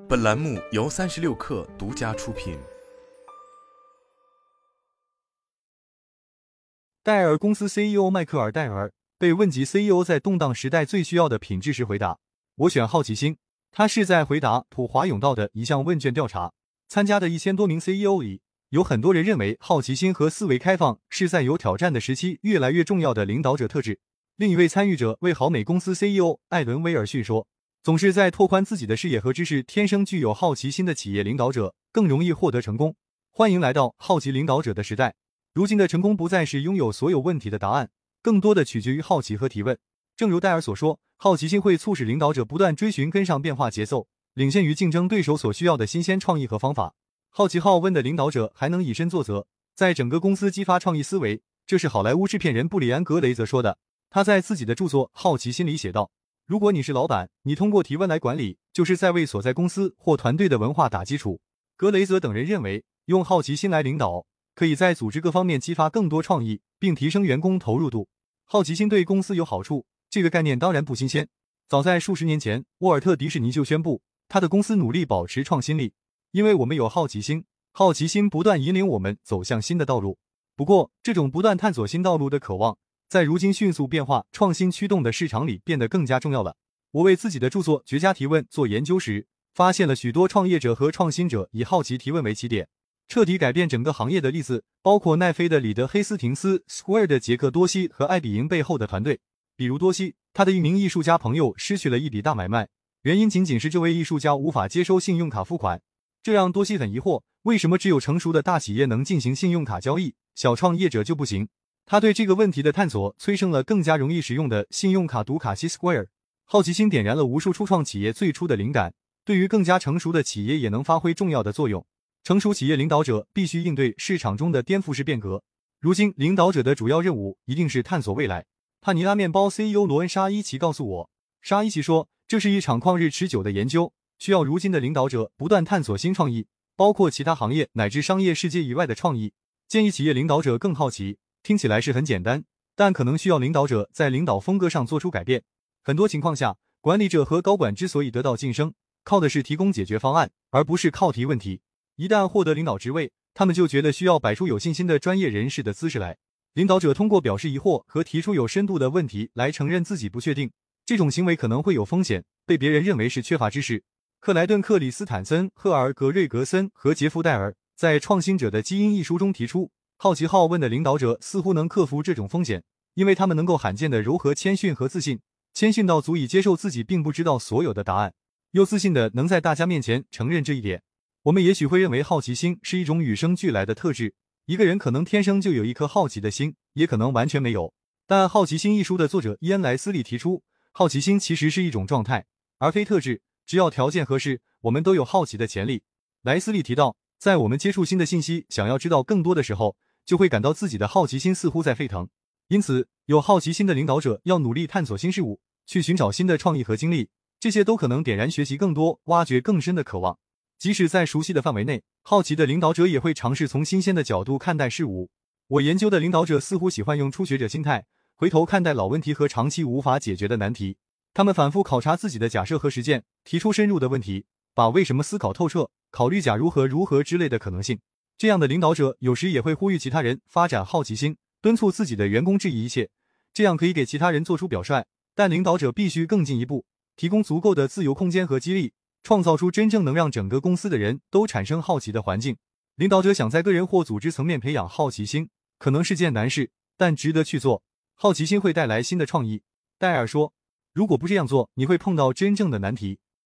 本栏目由36氪独家出品。 戴尔公司 CEO 迈克尔·戴尔被问及 CEO 在动荡时代最需要的品质时回答：我选好奇心。他是在回答普华永道的一项问卷调查，参加的1000多名 CEO 里，有很多人认为好奇心和思维开放是在有挑战的时期越来越重要的领导者特质。另一位参与者为好美公司 CEO 艾伦·威尔逊说，总是在拓宽自己的视野和知识，天生具有好奇心的企业领导者更容易获得成功。欢迎来到好奇领导者的时代。如今的成功不再是拥有所有问题的答案，更多的取决于好奇和提问。正如戴尔所说，好奇心会促使领导者不断追寻跟上变化节奏，领先于竞争对手所需要的新鲜创意和方法。好奇好问的领导者还能以身作则，在整个公司激发创意思维。这是好莱坞制片人布里安·格雷泽说的。他在自己的著作《好奇心》里写道，如果你是老板，你通过提问来管理，就是在为所在公司或团队的文化打基础。格雷泽等人认为，用好奇心来领导，可以在组织各方面激发更多创意，并提升员工投入度。好奇心对公司有好处，这个概念当然不新鲜。早在数十年前，沃尔特·迪士尼就宣布，他的公司努力保持创新力，因为我们有好奇心，好奇心不断引领我们走向新的道路。不过，这种不断探索新道路的渴望，在如今迅速变化、创新驱动的市场里变得更加重要了。我为自己的著作《绝佳提问》做研究时，发现了许多创业者和创新者以好奇提问为起点，彻底改变整个行业的例子，包括奈飞的里德·黑斯廷斯、Square 的杰克·多西和爱彼迎背后的团队。比如多西，他的一名艺术家朋友失去了一笔大买卖，原因仅仅是这位艺术家无法接收信用卡付款，这让多西很疑惑，为什么只有成熟的大企业能进行信用卡交易，小创业者就不行？他对这个问题的探索催生了更加容易使用的信用卡读卡器 Square。 好奇心点燃了无数初创企业最初的灵感，对于更加成熟的企业也能发挥重要的作用。成熟企业领导者必须应对市场中的颠覆式变革。如今领导者的主要任务一定是探索未来。帕尼拉面包 CEO 罗恩·沙伊奇告诉我，沙伊奇说，这是一场旷日持久的研究，需要如今的领导者不断探索新创意，包括其他行业乃至商业世界以外的创意。建议企业领导者更好奇，听起来是很简单，但可能需要领导者在领导风格上做出改变。很多情况下，管理者和高管之所以得到晋升，靠的是提供解决方案，而不是靠提问题。一旦获得领导职位，他们就觉得需要摆出有信心的专业人士的姿势来。领导者通过表示疑惑和提出有深度的问题来承认自己不确定，这种行为可能会有风险，被别人认为是缺乏知识。克莱顿·克里斯坦森、赫尔·格瑞格森和杰夫·戴尔在《创新者的基因》一书中提出，好奇好问的领导者似乎能克服这种风险，因为他们能够罕见的糅合谦逊和自信，谦逊到足以接受自己并不知道所有的答案，又自信的能在大家面前承认这一点。我们也许会认为好奇心是一种与生俱来的特质，一个人可能天生就有一颗好奇的心，也可能完全没有。但《好奇心》一书的作者伊恩·莱斯利提出，好奇心其实是一种状态，而非特质，只要条件合适，我们都有好奇的潜力。莱斯利提到，在我们接触新的信息，想要知道更多的时候，就会感到自己的好奇心似乎在沸腾。因此，有好奇心的领导者要努力探索新事物，去寻找新的创意和经历，这些都可能点燃学习更多、挖掘更深的渴望。即使在熟悉的范围内，好奇的领导者也会尝试从新鲜的角度看待事物。我研究的领导者似乎喜欢用初学者心态，回头看待老问题和长期无法解决的难题。他们反复考察自己的假设和实践，提出深入的问题，把为什么思考透彻，考虑假如何如何之类的可能性。这样的领导者有时也会呼吁其他人发展好奇心，敦促自己的员工质疑一切，这样可以给其他人做出表率。但领导者必须更进一步，提供足够的自由空间和激励，创造出真正能让整个公司的人都产生好奇的环境。领导者想在个人或组织层面培养好奇心，可能是件难事，但值得去做。好奇心会带来新的创意。戴尔说，如果不这样做，你会碰到真正的难题。